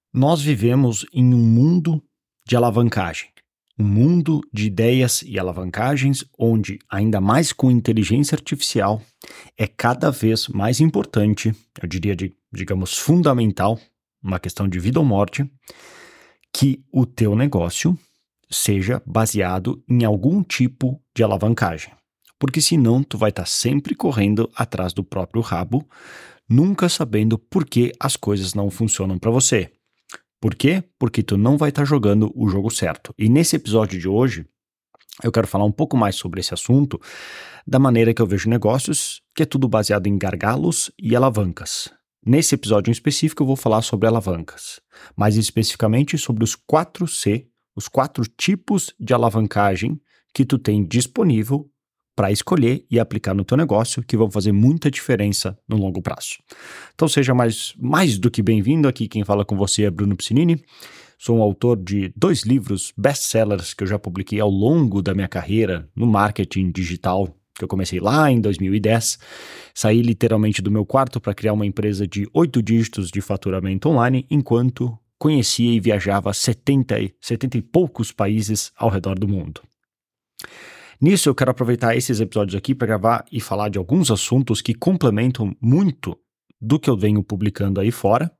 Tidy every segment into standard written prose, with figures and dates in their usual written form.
Nós vivemos em um mundo de alavancagem, um mundo de ideias e alavancagens onde, ainda mais com inteligência artificial, é cada vez mais importante, eu diria, digamos, fundamental, uma questão de vida ou morte, que o teu negócio seja baseado em algum tipo de alavancagem. Porque senão tu vai estar sempre correndo atrás do próprio rabo, nunca sabendo por que as coisas não funcionam para você. Por quê? Porque tu não vai estar jogando o jogo certo. E nesse episódio de hoje, eu quero falar um pouco mais sobre esse assunto, da maneira que eu vejo negócios, que é tudo baseado em gargalos e alavancas. Nesse episódio em específico, eu vou falar sobre alavancas, mais especificamente sobre os 4C, os 4 tipos de alavancagem que tu tem disponível para escolher e aplicar no teu negócio, que vão fazer muita diferença no longo prazo. Então seja mais do que bem-vindo. Aqui quem fala com você é Bruno Piscinini. Sou um autor de 2 livros best-sellers que eu já publiquei ao longo da minha carreira no marketing digital, que eu comecei lá em 2010. Saí literalmente do meu quarto para criar uma empresa de 8 dígitos de faturamento online, enquanto conhecia e viajava 70 e poucos países ao redor do mundo. Nisso eu quero aproveitar esses episódios aqui para gravar e falar de alguns assuntos que complementam muito do que eu venho publicando aí fora,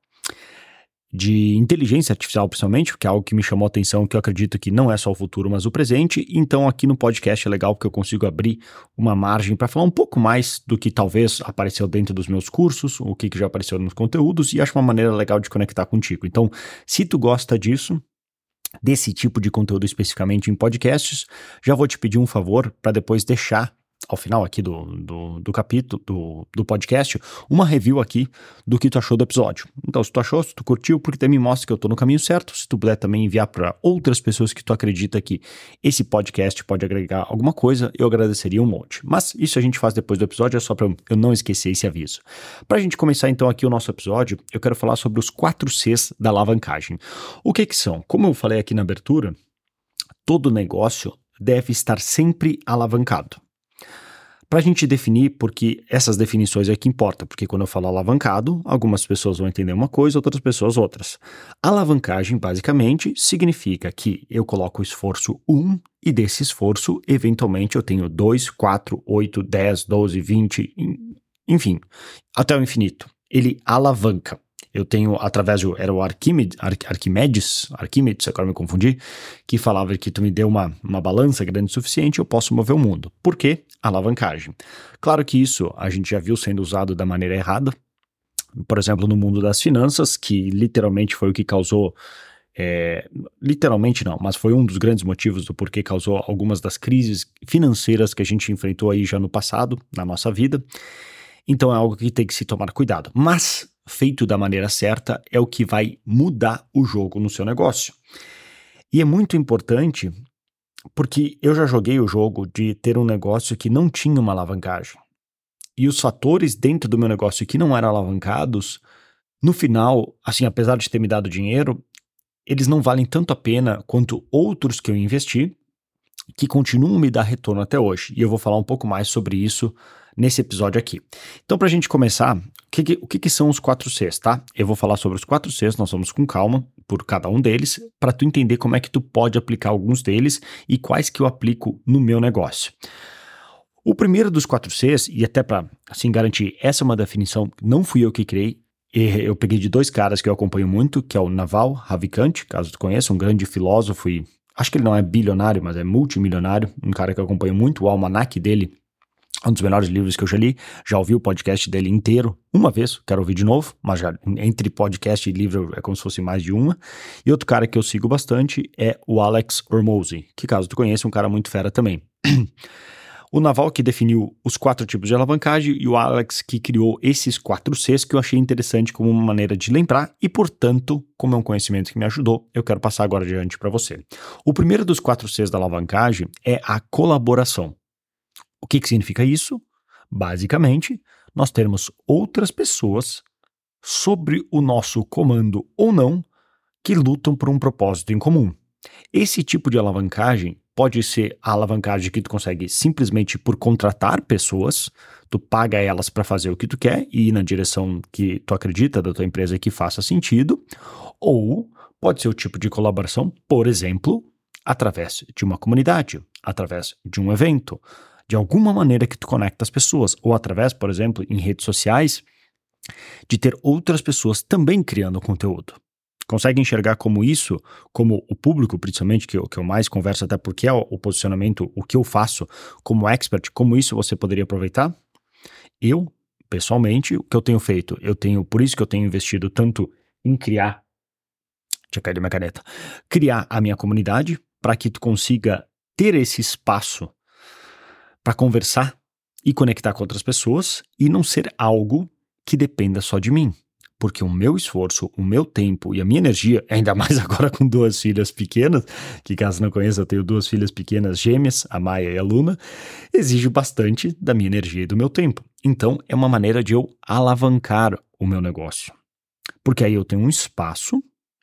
de inteligência artificial principalmente, porque é algo que me chamou a atenção, que eu acredito que não é só o futuro, mas o presente. Então aqui no podcast é legal porque eu consigo abrir uma margem para falar um pouco mais do que talvez apareceu dentro dos meus cursos, o que já apareceu nos conteúdos, e acho uma maneira legal de conectar contigo. Então, se tu gosta disso, desse tipo de conteúdo especificamente em podcasts, já vou te pedir um favor para depois deixar ao final aqui do capítulo, do podcast, uma review aqui do que tu achou do episódio. Então, se tu achou, se tu curtiu, porque também mostra que eu tô no caminho certo. Se tu puder também enviar para outras pessoas que tu acredita que esse podcast pode agregar alguma coisa, eu agradeceria um monte. Mas isso a gente faz depois do episódio, é só para eu não esquecer esse aviso. Pra gente começar então aqui o nosso episódio, eu quero falar sobre os 4 Cs da alavancagem. O que são? Como eu falei aqui na abertura, todo negócio deve estar sempre alavancado. Para a gente definir, porque essas definições é que importam, porque quando eu falo alavancado, algumas pessoas vão entender uma coisa, outras pessoas outras. Alavancagem, basicamente, significa que eu coloco o esforço 1 e desse esforço, eventualmente, eu tenho 2, 4, 8, 10, 12, 20, enfim, até o infinito. Ele alavanca. Eu tenho, era o Arquimedes, agora me confundi, que falava que tu me deu uma balança grande o suficiente, eu posso mover o mundo. Por quê? Alavancagem. Claro que isso a gente já viu sendo usado da maneira errada, por exemplo, no mundo das finanças, que literalmente foi o que causou, literalmente não, mas foi um dos grandes motivos do porquê causou algumas das crises financeiras que a gente enfrentou aí já no passado, na nossa vida. Então é algo que tem que se tomar cuidado. Mas feito da maneira certa, é o que vai mudar o jogo no seu negócio. E é muito importante porque eu já joguei o jogo de ter um negócio que não tinha uma alavancagem. E os fatores dentro do meu negócio que não eram alavancados, no final, assim, apesar de ter me dado dinheiro, eles não valem tanto a pena quanto outros que eu investi, que continuam a me dar retorno até hoje. E eu vou falar um pouco mais sobre isso nesse episódio aqui. Então, para a gente começar, o que são os 4 Cs, tá? Eu vou falar sobre os 4 Cs, nós vamos com calma por cada um deles, para tu entender como é que tu pode aplicar alguns deles e quais que eu aplico no meu negócio. O primeiro dos 4 Cs, e até para assim garantir, essa é uma definição que não fui eu que criei, eu peguei de 2 caras que eu acompanho muito, que é o Naval Ravikant, caso tu conheça, um grande filósofo e acho que ele não é bilionário, mas é multimilionário, um cara que eu acompanho muito, o almanaque dele, um dos melhores livros que eu já li, já ouvi o podcast dele inteiro, uma vez, quero ouvir de novo, mas já entre podcast e livro é como se fosse mais de uma. E outro cara que eu sigo bastante é o Alex Hormozi, que caso tu conheça, é um cara muito fera também. O Naval que definiu os 4 tipos de alavancagem e o Alex que criou esses 4 Cs que eu achei interessante como uma maneira de lembrar e, portanto, como é um conhecimento que me ajudou, eu quero passar agora adiante para você. O primeiro dos 4 Cs da alavancagem é a colaboração. O que significa isso? Basicamente, nós termos outras pessoas sobre o nosso comando ou não que lutam por um propósito em comum. Esse tipo de alavancagem pode ser a alavancagem que tu consegue simplesmente por contratar pessoas, tu paga elas para fazer o que tu quer e ir na direção que tu acredita da tua empresa que faça sentido, ou pode ser o tipo de colaboração, por exemplo, através de uma comunidade, através de um evento, de alguma maneira que tu conecta as pessoas, ou através, por exemplo, em redes sociais, de ter outras pessoas também criando conteúdo. Consegue enxergar como isso, como o público, principalmente, que eu mais converso, até porque é o posicionamento, o que eu faço como expert, como isso você poderia aproveitar? Eu, pessoalmente, o que eu tenho feito? Por isso que eu tenho investido tanto em criar, deixa eu cair da minha caneta, criar a minha comunidade, para que tu consiga ter esse espaço para conversar e conectar com outras pessoas e não ser algo que dependa só de mim. Porque o meu esforço, o meu tempo e a minha energia, ainda mais agora com 2 filhas pequenas, que caso não conheça, eu tenho 2 filhas pequenas gêmeas, a Maia e a Luna, exige bastante da minha energia e do meu tempo. Então, é uma maneira de eu alavancar o meu negócio. Porque aí eu tenho um espaço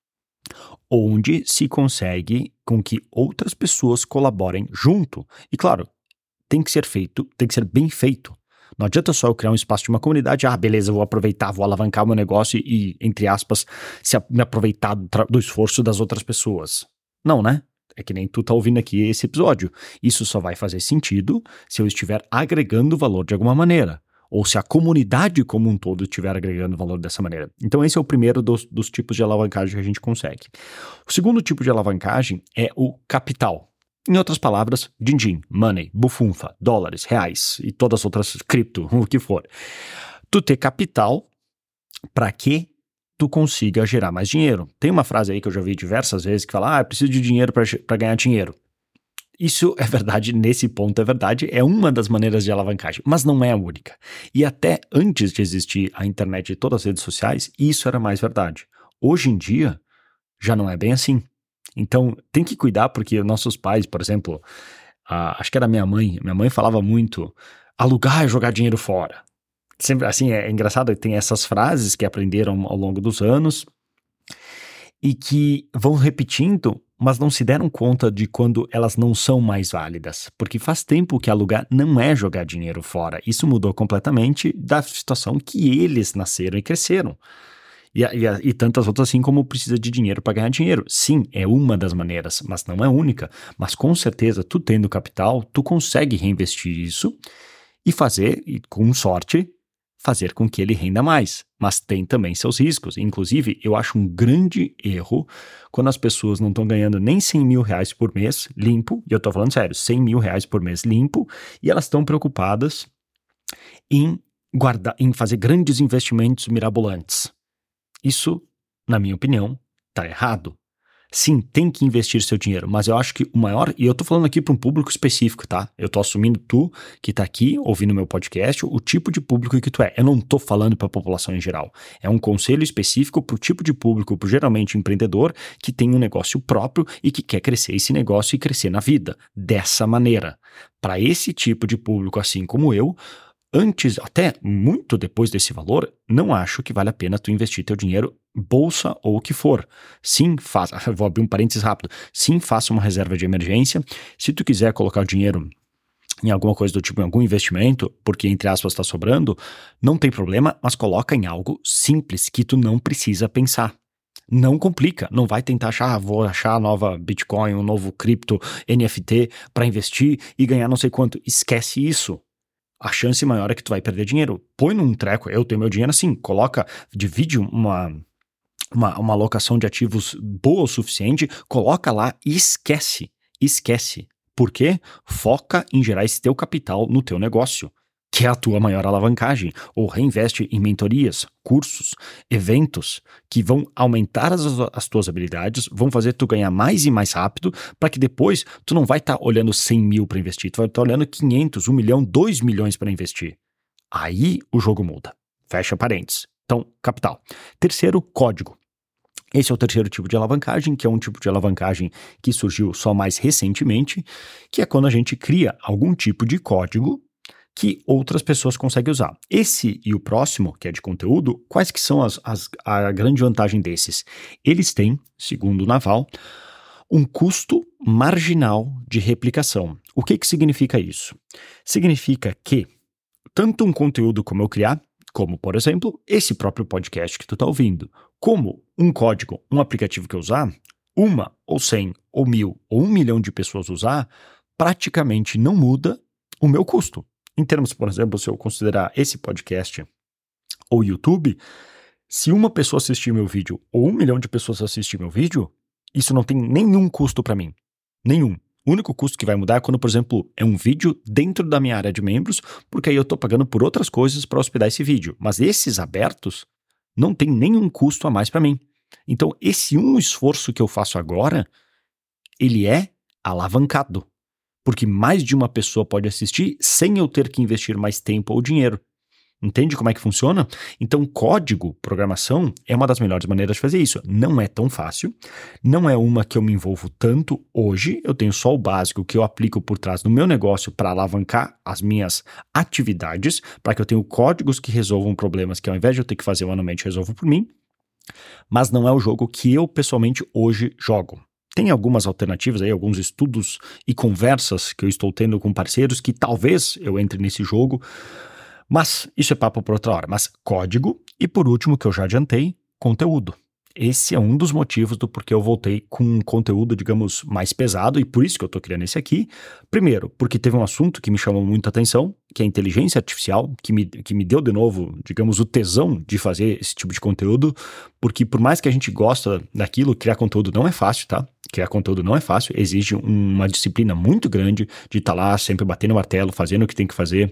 onde se consegue com que outras pessoas colaborem junto. E claro, tem que ser bem feito. Não adianta só eu criar um espaço de uma comunidade, beleza, vou aproveitar, vou alavancar o meu negócio e, entre aspas, me aproveitar do esforço das outras pessoas. Não, né? É que nem tu tá ouvindo aqui esse episódio. Isso só vai fazer sentido se eu estiver agregando valor de alguma maneira. Ou se a comunidade como um todo estiver agregando valor dessa maneira. Então esse é o primeiro dos tipos de alavancagem que a gente consegue. O segundo tipo de alavancagem é o capital. Em outras palavras, din-din, money, bufunfa, dólares, reais e todas as outras cripto, o que for. Tu ter capital para que tu consiga gerar mais dinheiro. Tem uma frase aí que eu já vi diversas vezes que fala, eu preciso de dinheiro para ganhar dinheiro. Isso é verdade, nesse ponto é verdade, é uma das maneiras de alavancagem, mas não é a única. E até antes de existir a internet e todas as redes sociais, isso era mais verdade. Hoje em dia, já não é bem assim. Então, tem que cuidar porque nossos pais, por exemplo, acho que era minha mãe falava muito, alugar e jogar dinheiro fora. Sempre, assim, é engraçado, tem essas frases que aprenderam ao longo dos anos e que vão repetindo, mas não se deram conta de quando elas não são mais válidas. Porque faz tempo que alugar não é jogar dinheiro fora. Isso mudou completamente da situação que eles nasceram e cresceram. E tantas outras assim como precisa de dinheiro para ganhar dinheiro. Sim, é uma das maneiras, mas não é única. Mas com certeza, tu tendo capital, tu consegue reinvestir isso e fazer, e com sorte, fazer com que ele renda mais. Mas tem também seus riscos. Inclusive, eu acho um grande erro quando as pessoas não estão ganhando nem 100 mil reais por mês limpo, e eu tô falando sério, 100 mil reais por mês limpo, e elas estão preocupadas em fazer grandes investimentos mirabolantes. Isso, na minha opinião, tá errado. Sim, tem que investir seu dinheiro, mas eu acho que o maior, e eu tô falando aqui para um público específico, tá? Eu tô assumindo tu que tá aqui ouvindo meu podcast, o tipo de público que tu é. Eu não tô falando para a população em geral. É um conselho específico pro tipo de público, pro geralmente empreendedor que tem um negócio próprio e que quer crescer esse negócio e crescer na vida dessa maneira. Para esse tipo de público, assim como eu, antes, até muito depois desse valor, não acho que vale a pena tu investir teu dinheiro bolsa ou o que for. Sim, vou abrir um parênteses rápido. Sim, faça uma reserva de emergência. Se tu quiser colocar o dinheiro em alguma coisa do tipo, em algum investimento, porque entre aspas está sobrando, não tem problema, mas coloca em algo simples que tu não precisa pensar. Não complica, não vai tentar achar, vou achar a nova Bitcoin, um novo cripto, NFT para investir e ganhar não sei quanto. Esquece isso. A chance maior é que tu vai perder dinheiro. Põe num treco, eu tenho meu dinheiro assim, divide uma alocação de ativos boa o suficiente, coloca lá e esquece. Por quê? Foca em gerar esse teu capital no teu negócio, que é a tua maior alavancagem, ou reinveste em mentorias, cursos, eventos que vão aumentar as tuas habilidades, vão fazer tu ganhar mais e mais rápido, para que depois tu não vai estar olhando 100 mil para investir, tu vai estar olhando 500, 1 milhão, 2 milhões para investir. Aí o jogo muda. Fecha parênteses. Então, capital. Terceiro, código. Esse é o terceiro tipo de alavancagem, que é um tipo de alavancagem que surgiu só mais recentemente, que é quando a gente cria algum tipo de código que outras pessoas conseguem usar. Esse e o próximo, que é de conteúdo, quais que são a grande vantagem desses? Eles têm, segundo o Naval, um custo marginal de replicação. O que significa isso? Significa que tanto um conteúdo como eu criar, como, por exemplo, esse próprio podcast que tu está ouvindo, como um código, um aplicativo que eu usar, 1, ou 100, ou 1000, ou 1 milhão de pessoas usar, praticamente não muda o meu custo. Em termos, por exemplo, se eu considerar esse podcast ou YouTube, se uma pessoa assistir meu vídeo ou 1 milhão de pessoas assistir meu vídeo, isso não tem nenhum custo para mim. Nenhum. O único custo que vai mudar é quando, por exemplo, é um vídeo dentro da minha área de membros, porque aí eu estou pagando por outras coisas para hospedar esse vídeo. Mas esses abertos não tem nenhum custo a mais para mim. Então, esse esforço que eu faço agora, ele é alavancado. Porque mais de uma pessoa pode assistir sem eu ter que investir mais tempo ou dinheiro. Entende como é que funciona? Então, código, programação, é uma das melhores maneiras de fazer isso. Não é tão fácil, não é uma que eu me envolvo tanto hoje, eu tenho só o básico que eu aplico por trás do meu negócio para alavancar as minhas atividades, para que eu tenha códigos que resolvam problemas que ao invés de eu ter que fazer manualmente, resolvo por mim, mas não é o jogo que eu pessoalmente hoje jogo. Tem algumas alternativas aí, alguns estudos e conversas que eu estou tendo com parceiros que talvez eu entre nesse jogo, mas isso é papo por outra hora. Mas código e, por último, que eu já adiantei, conteúdo. Esse é um dos motivos do porquê eu voltei com um conteúdo, digamos, mais pesado, e por isso que eu estou criando esse aqui. Primeiro, porque teve um assunto que me chamou muita atenção, que é a inteligência artificial, que me deu de novo, digamos, o tesão de fazer esse tipo de conteúdo, porque por mais que a gente gosta daquilo, criar conteúdo não é fácil, tá? Criar conteúdo não é fácil, exige uma disciplina muito grande de estar lá sempre batendo o martelo, fazendo o que tem que fazer,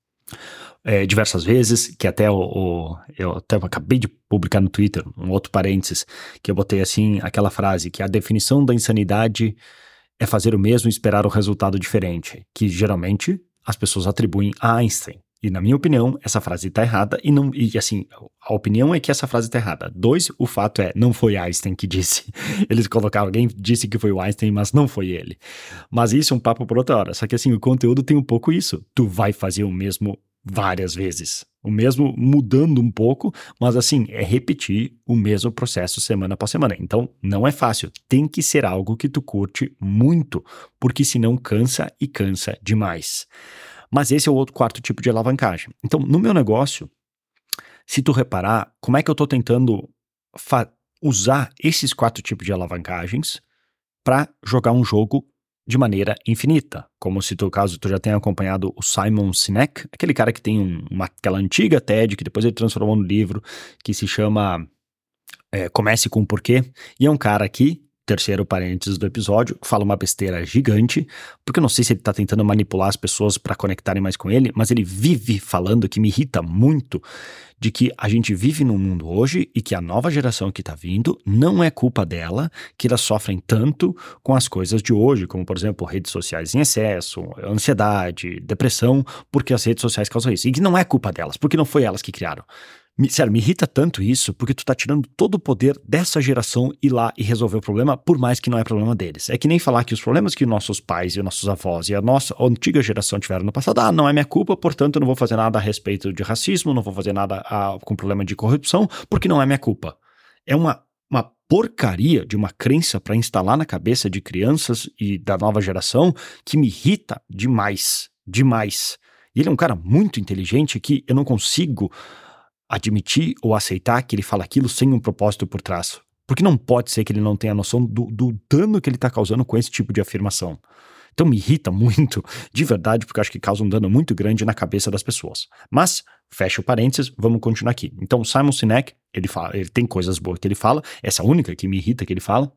diversas vezes, que até eu até acabei de publicar no Twitter, um outro parênteses, que eu botei assim, aquela frase, que a definição da insanidade é fazer o mesmo e esperar um resultado diferente, que geralmente as pessoas atribuem a Einstein. E na minha opinião, essa frase está errada, e assim, a opinião é que essa frase está errada. 2, o fato é, não foi Einstein que disse. Eles colocaram, alguém disse que foi o Einstein, mas não foi ele. Mas isso é um papo por outra hora. Só que assim, o conteúdo tem um pouco isso. Tu vai fazer o mesmo várias vezes. O mesmo mudando um pouco, mas assim, é repetir o mesmo processo semana após semana. Então, não é fácil. Tem que ser algo que tu curte muito, porque senão cansa e cansa demais. Mas esse é o outro quarto tipo de alavancagem. Então, no meu negócio, se tu reparar, como é que eu estou tentando usar esses 4 tipos de alavancagens para jogar um jogo de maneira infinita, como se caso tu já tenha acompanhado o Simon Sinek, aquele cara que tem aquela antiga TED, que depois ele transformou no livro, que se chama Comece com o Porquê, e é um cara que, terceiro parênteses do episódio, fala uma besteira gigante, porque eu não sei se ele tá tentando manipular as pessoas para conectarem mais com ele, mas ele vive falando, que me irrita muito, de que a gente vive num mundo hoje e que a nova geração que tá vindo não é culpa dela, que elas sofrem tanto com as coisas de hoje, como por exemplo redes sociais em excesso, ansiedade, depressão, porque as redes sociais causam isso, e que não é culpa delas, porque não foi elas que criaram. Sério, me irrita tanto isso, porque tu tá tirando todo o poder dessa geração ir lá e resolver o problema, por mais que não é problema deles. É que nem falar que os problemas que nossos pais e nossos avós e a nossa antiga geração tiveram no passado, não é minha culpa, portanto eu não vou fazer nada a respeito de racismo, não vou fazer nada com problema de corrupção, porque não é minha culpa. É uma porcaria de uma crença para instalar na cabeça de crianças e da nova geração que me irrita demais, demais. E ele é um cara muito inteligente que eu não consigo admitir ou aceitar que ele fala aquilo sem um propósito por trás. Porque não pode ser que ele não tenha noção do dano que ele está causando com esse tipo de afirmação. Então me irrita muito, de verdade, porque eu acho que causa um dano muito grande na cabeça das pessoas. Mas, fecha o parênteses, vamos continuar aqui. Então, Simon Sinek, ele tem coisas boas que ele fala, essa única que me irrita que ele fala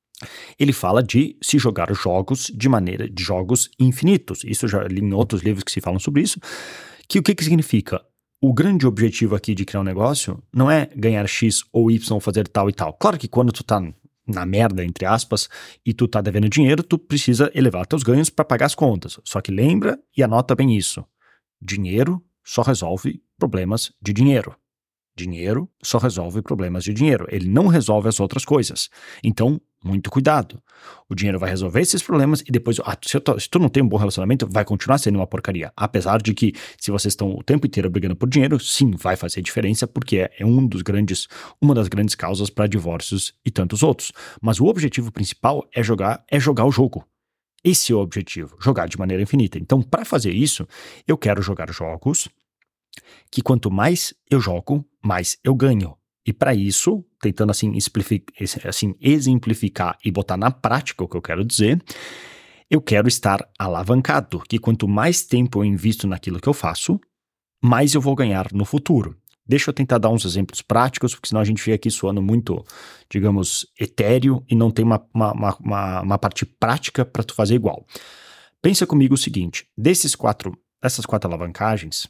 de se jogar jogos de jogos infinitos. Isso eu já li em outros livros que se falam sobre isso. O que significa? O grande objetivo aqui de criar um negócio não é ganhar X ou Y, fazer tal e tal. Claro que quando tu tá na merda, entre aspas, e tu tá devendo dinheiro, tu precisa elevar teus ganhos para pagar as contas. Só que lembra e anota bem isso. Dinheiro só resolve problemas de dinheiro. Dinheiro só resolve problemas de dinheiro. Ele não resolve as outras coisas. Então, muito cuidado. O dinheiro vai resolver esses problemas e depois, se tu não tem um bom relacionamento, vai continuar sendo uma porcaria. Apesar de que, se vocês estão o tempo inteiro brigando por dinheiro, sim, vai fazer diferença, porque é uma das grandes causas para divórcios e tantos outros. Mas o objetivo principal é jogar o jogo. Esse é o objetivo, jogar de maneira infinita. Então, para fazer isso, eu quero jogar jogos que quanto mais eu jogo, mais eu ganho. E para isso, tentando assim exemplificar e botar na prática o que eu quero dizer, eu quero estar alavancado, que quanto mais tempo eu invisto naquilo que eu faço, mais eu vou ganhar no futuro. Deixa eu tentar dar uns exemplos práticos, porque senão a gente fica aqui soando muito, digamos, etéreo e não tem uma parte prática para tu fazer igual. Pensa comigo o seguinte, dessas quatro alavancagens,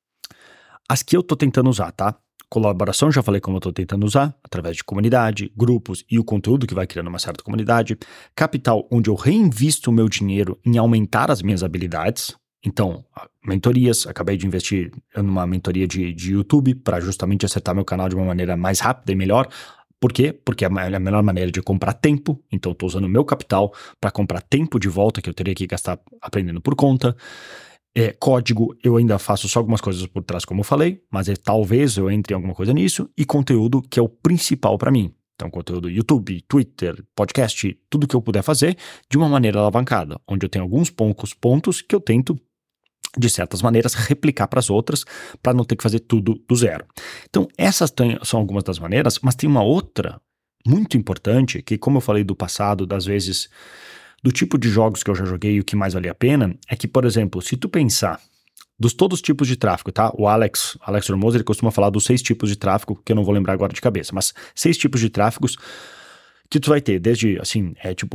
as que eu tô tentando usar, tá? Colaboração, já falei como eu tô tentando usar, através de comunidade, grupos e o conteúdo que vai criando uma certa comunidade. Capital, onde eu reinvisto o meu dinheiro em aumentar as minhas habilidades. Então, mentorias, acabei de investir numa mentoria de YouTube para justamente acertar meu canal de uma maneira mais rápida e melhor. Por quê? Porque é a melhor maneira de comprar tempo, então eu estou usando o meu capital para comprar tempo de volta que eu teria que gastar aprendendo por conta. Código, eu ainda faço só algumas coisas por trás, como eu falei, mas talvez eu entre em alguma coisa nisso, e conteúdo que é o principal para mim. Então, conteúdo YouTube, Twitter, podcast, tudo que eu puder fazer de uma maneira alavancada, onde eu tenho alguns poucos pontos que eu tento, de certas maneiras, replicar para as outras, para não ter que fazer tudo do zero. Então, essas são algumas das maneiras, mas tem uma outra muito importante, que como eu falei do passado, das vezes, do tipo de jogos que eu já joguei e o que mais valia a pena, é que, por exemplo, se tu pensar dos todos os tipos de tráfego, tá? O Alex Hormoz, ele costuma falar dos 6 tipos de tráfego, que eu não vou lembrar agora de cabeça, mas 6 tipos de tráfegos que tu vai ter, desde, assim,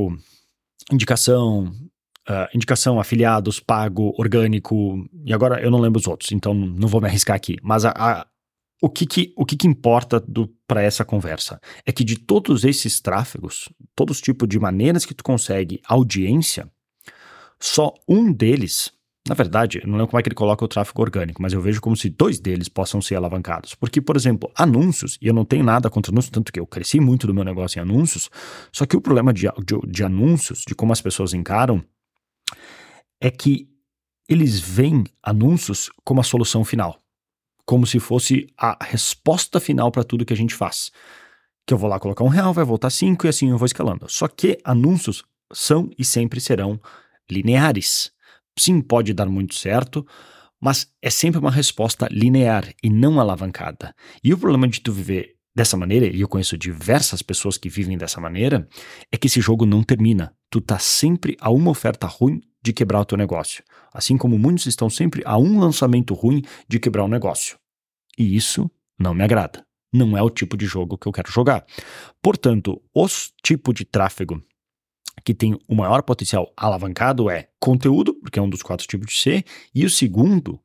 indicação, afiliados, pago, orgânico, e agora eu não lembro os outros, então não vou me arriscar aqui, mas o que importa para essa conversa é que de todos esses tráfegos, todos os tipos de maneiras que tu consegue audiência, só um deles, na verdade, eu não lembro como é que ele coloca o tráfego orgânico, mas eu vejo como se 2 deles possam ser alavancados. Porque, por exemplo, anúncios, e eu não tenho nada contra anúncios, tanto que eu cresci muito do meu negócio em anúncios, só que o problema de anúncios, de como as pessoas encaram, é que eles veem anúncios como a solução final. Como se fosse a resposta final para tudo que a gente faz. Que eu vou lá colocar R$1, vai voltar 5 e assim eu vou escalando. Só que anúncios são e sempre serão lineares. Sim, pode dar muito certo, mas é sempre uma resposta linear e não alavancada. E o problema de tu viver dessa maneira, e eu conheço diversas pessoas que vivem dessa maneira, é que esse jogo não termina. Tu tá sempre a uma oferta ruim de quebrar o teu negócio. Assim como muitos estão sempre a um lançamento ruim de quebrar o negócio. E isso não me agrada. Não é o tipo de jogo que eu quero jogar. Portanto, o tipo de tráfego que tem o maior potencial alavancado é conteúdo, porque é um dos 4 tipos de C, e o segundo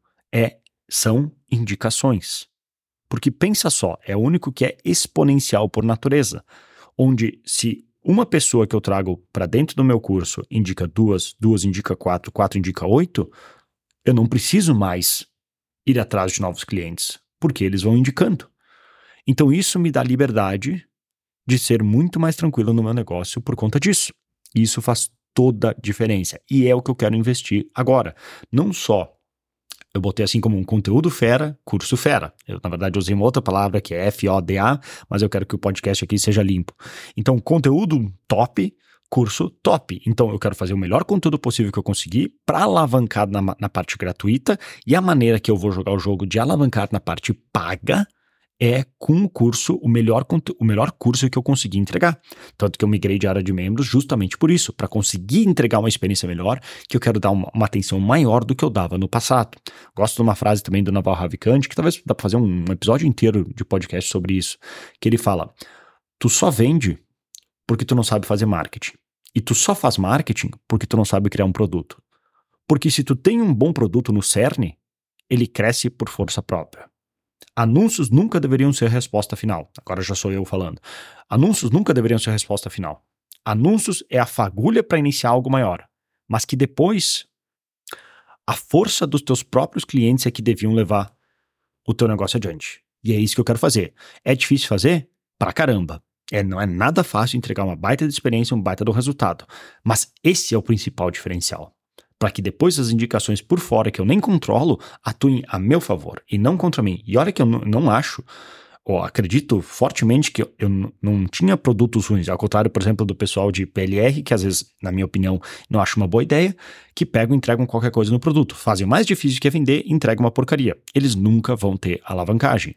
são indicações. Porque pensa só, é o único que é exponencial por natureza, onde se uma pessoa que eu trago para dentro do meu curso indica 2 indica 4 indica 8, eu não preciso mais ir atrás de novos clientes, porque eles vão indicando. Então isso me dá liberdade de ser muito mais tranquilo no meu negócio por conta disso. E isso faz toda a diferença. E é o que eu quero investir agora. Não só eu botei assim como um conteúdo fera, curso fera. Eu, na verdade, usei uma outra palavra que é FODA, mas eu quero que o podcast aqui seja limpo. Então, conteúdo top, curso top. Então, eu quero fazer o melhor conteúdo possível que eu conseguir para alavancar na parte gratuita, e a maneira que eu vou jogar o jogo de alavancar na parte paga é com o curso, o melhor curso que eu consegui entregar. Tanto que eu migrei de área de membros justamente por isso, para conseguir entregar uma experiência melhor, que eu quero dar uma atenção maior do que eu dava no passado. Gosto de uma frase também do Naval Ravikant, que talvez dá para fazer um episódio inteiro de podcast sobre isso, que ele fala: tu só vende porque tu não sabe fazer marketing. E tu só faz marketing porque tu não sabe criar um produto. Porque se tu tem um bom produto no cerne, ele cresce por força própria. Anúncios nunca deveriam ser a resposta final. Agora já sou eu falando. Anúncios nunca deveriam ser a resposta final. Anúncios é a fagulha para iniciar algo maior. Mas que depois, a força dos teus próprios clientes é que deviam levar o teu negócio adiante. E é isso que eu quero fazer. É difícil fazer? Pra caramba. Não é nada fácil entregar uma baita de experiência, um baita do resultado. Mas esse é o principal diferencial. Para que depois as indicações por fora que eu nem controlo atuem a meu favor e não contra mim. E olha que eu não acho, ou acredito fortemente que eu não tinha produtos ruins, ao contrário, por exemplo, do pessoal de PLR, que às vezes, na minha opinião, não acho uma boa ideia, que pegam e entregam qualquer coisa no produto. Fazem o mais difícil que é vender e entregam uma porcaria. Eles nunca vão ter alavancagem.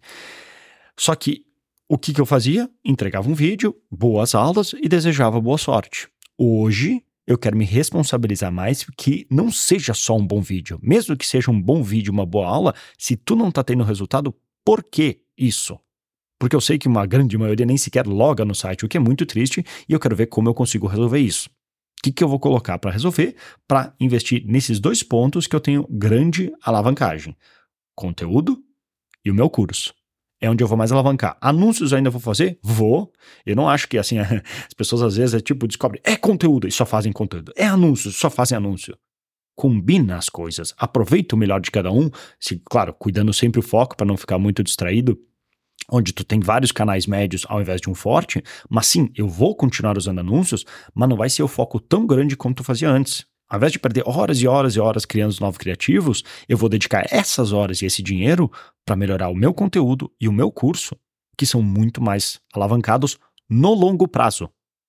Só que o que eu fazia? Entregava um vídeo, boas aulas e desejava boa sorte. Hoje, eu quero me responsabilizar mais que não seja só um bom vídeo. Mesmo que seja um bom vídeo, uma boa aula, se tu não está tendo resultado, por que isso? Porque eu sei que uma grande maioria nem sequer loga no site, o que é muito triste, e eu quero ver como eu consigo resolver isso. O que eu vou colocar para resolver? Para investir nesses 2 pontos que eu tenho grande alavancagem. Conteúdo e o meu curso. É onde eu vou mais alavancar. Anúncios eu ainda vou fazer? Vou. Eu não acho que assim, as pessoas às vezes descobrem, é conteúdo e só fazem conteúdo. É anúncio, só fazem anúncio. Combina as coisas. Aproveita o melhor de cada um, claro, cuidando sempre o foco para não ficar muito distraído, onde tu tem vários canais médios ao invés de um forte, mas sim, eu vou continuar usando anúncios, mas não vai ser o foco tão grande como tu fazia antes. Ao invés de perder horas e horas e horas criando novos criativos, eu vou dedicar essas horas e esse dinheiro para melhorar o meu conteúdo e o meu curso, que são muito mais alavancados no longo prazo.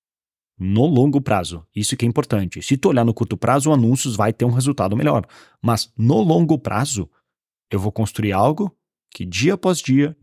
No longo prazo. Isso que é importante. Se tu olhar no curto prazo, o anúncios vai ter um resultado melhor. Mas no longo prazo, eu vou construir algo que dia após dia,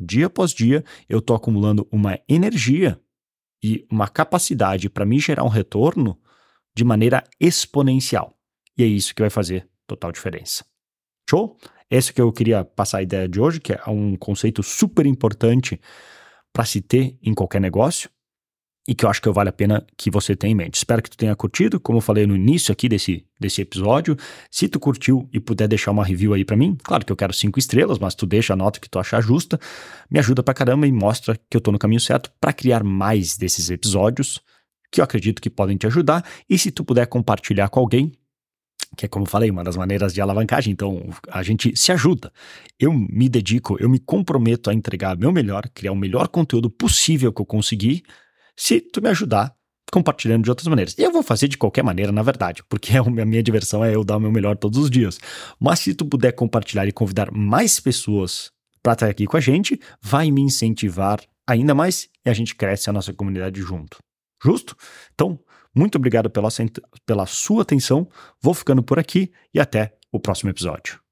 eu estou acumulando uma energia e uma capacidade para me gerar um retorno de maneira exponencial. E é isso que vai fazer total diferença. Show? Esse que eu queria passar a ideia de hoje, que é um conceito super importante para se ter em qualquer negócio e que eu acho que vale a pena que você tenha em mente. Espero que tu tenha curtido, como eu falei no início aqui desse episódio. Se tu curtiu e puder deixar uma review aí para mim, claro que eu quero 5 estrelas, mas tu deixa a nota que tu achar justa, me ajuda pra caramba e mostra que eu tô no caminho certo para criar mais desses episódios que eu acredito que podem te ajudar. E se tu puder compartilhar com alguém, que é como eu falei, uma das maneiras de alavancagem, então a gente se ajuda. Eu me dedico, eu me comprometo a entregar meu melhor, criar o melhor conteúdo possível que eu conseguir, se tu me ajudar compartilhando de outras maneiras. E eu vou fazer de qualquer maneira, na verdade, porque a minha diversão é eu dar o meu melhor todos os dias. Mas se tu puder compartilhar e convidar mais pessoas para estar aqui com a gente, vai me incentivar ainda mais e a gente cresce a nossa comunidade junto. Justo? Então, muito obrigado pela sua atenção, vou ficando por aqui e até o próximo episódio.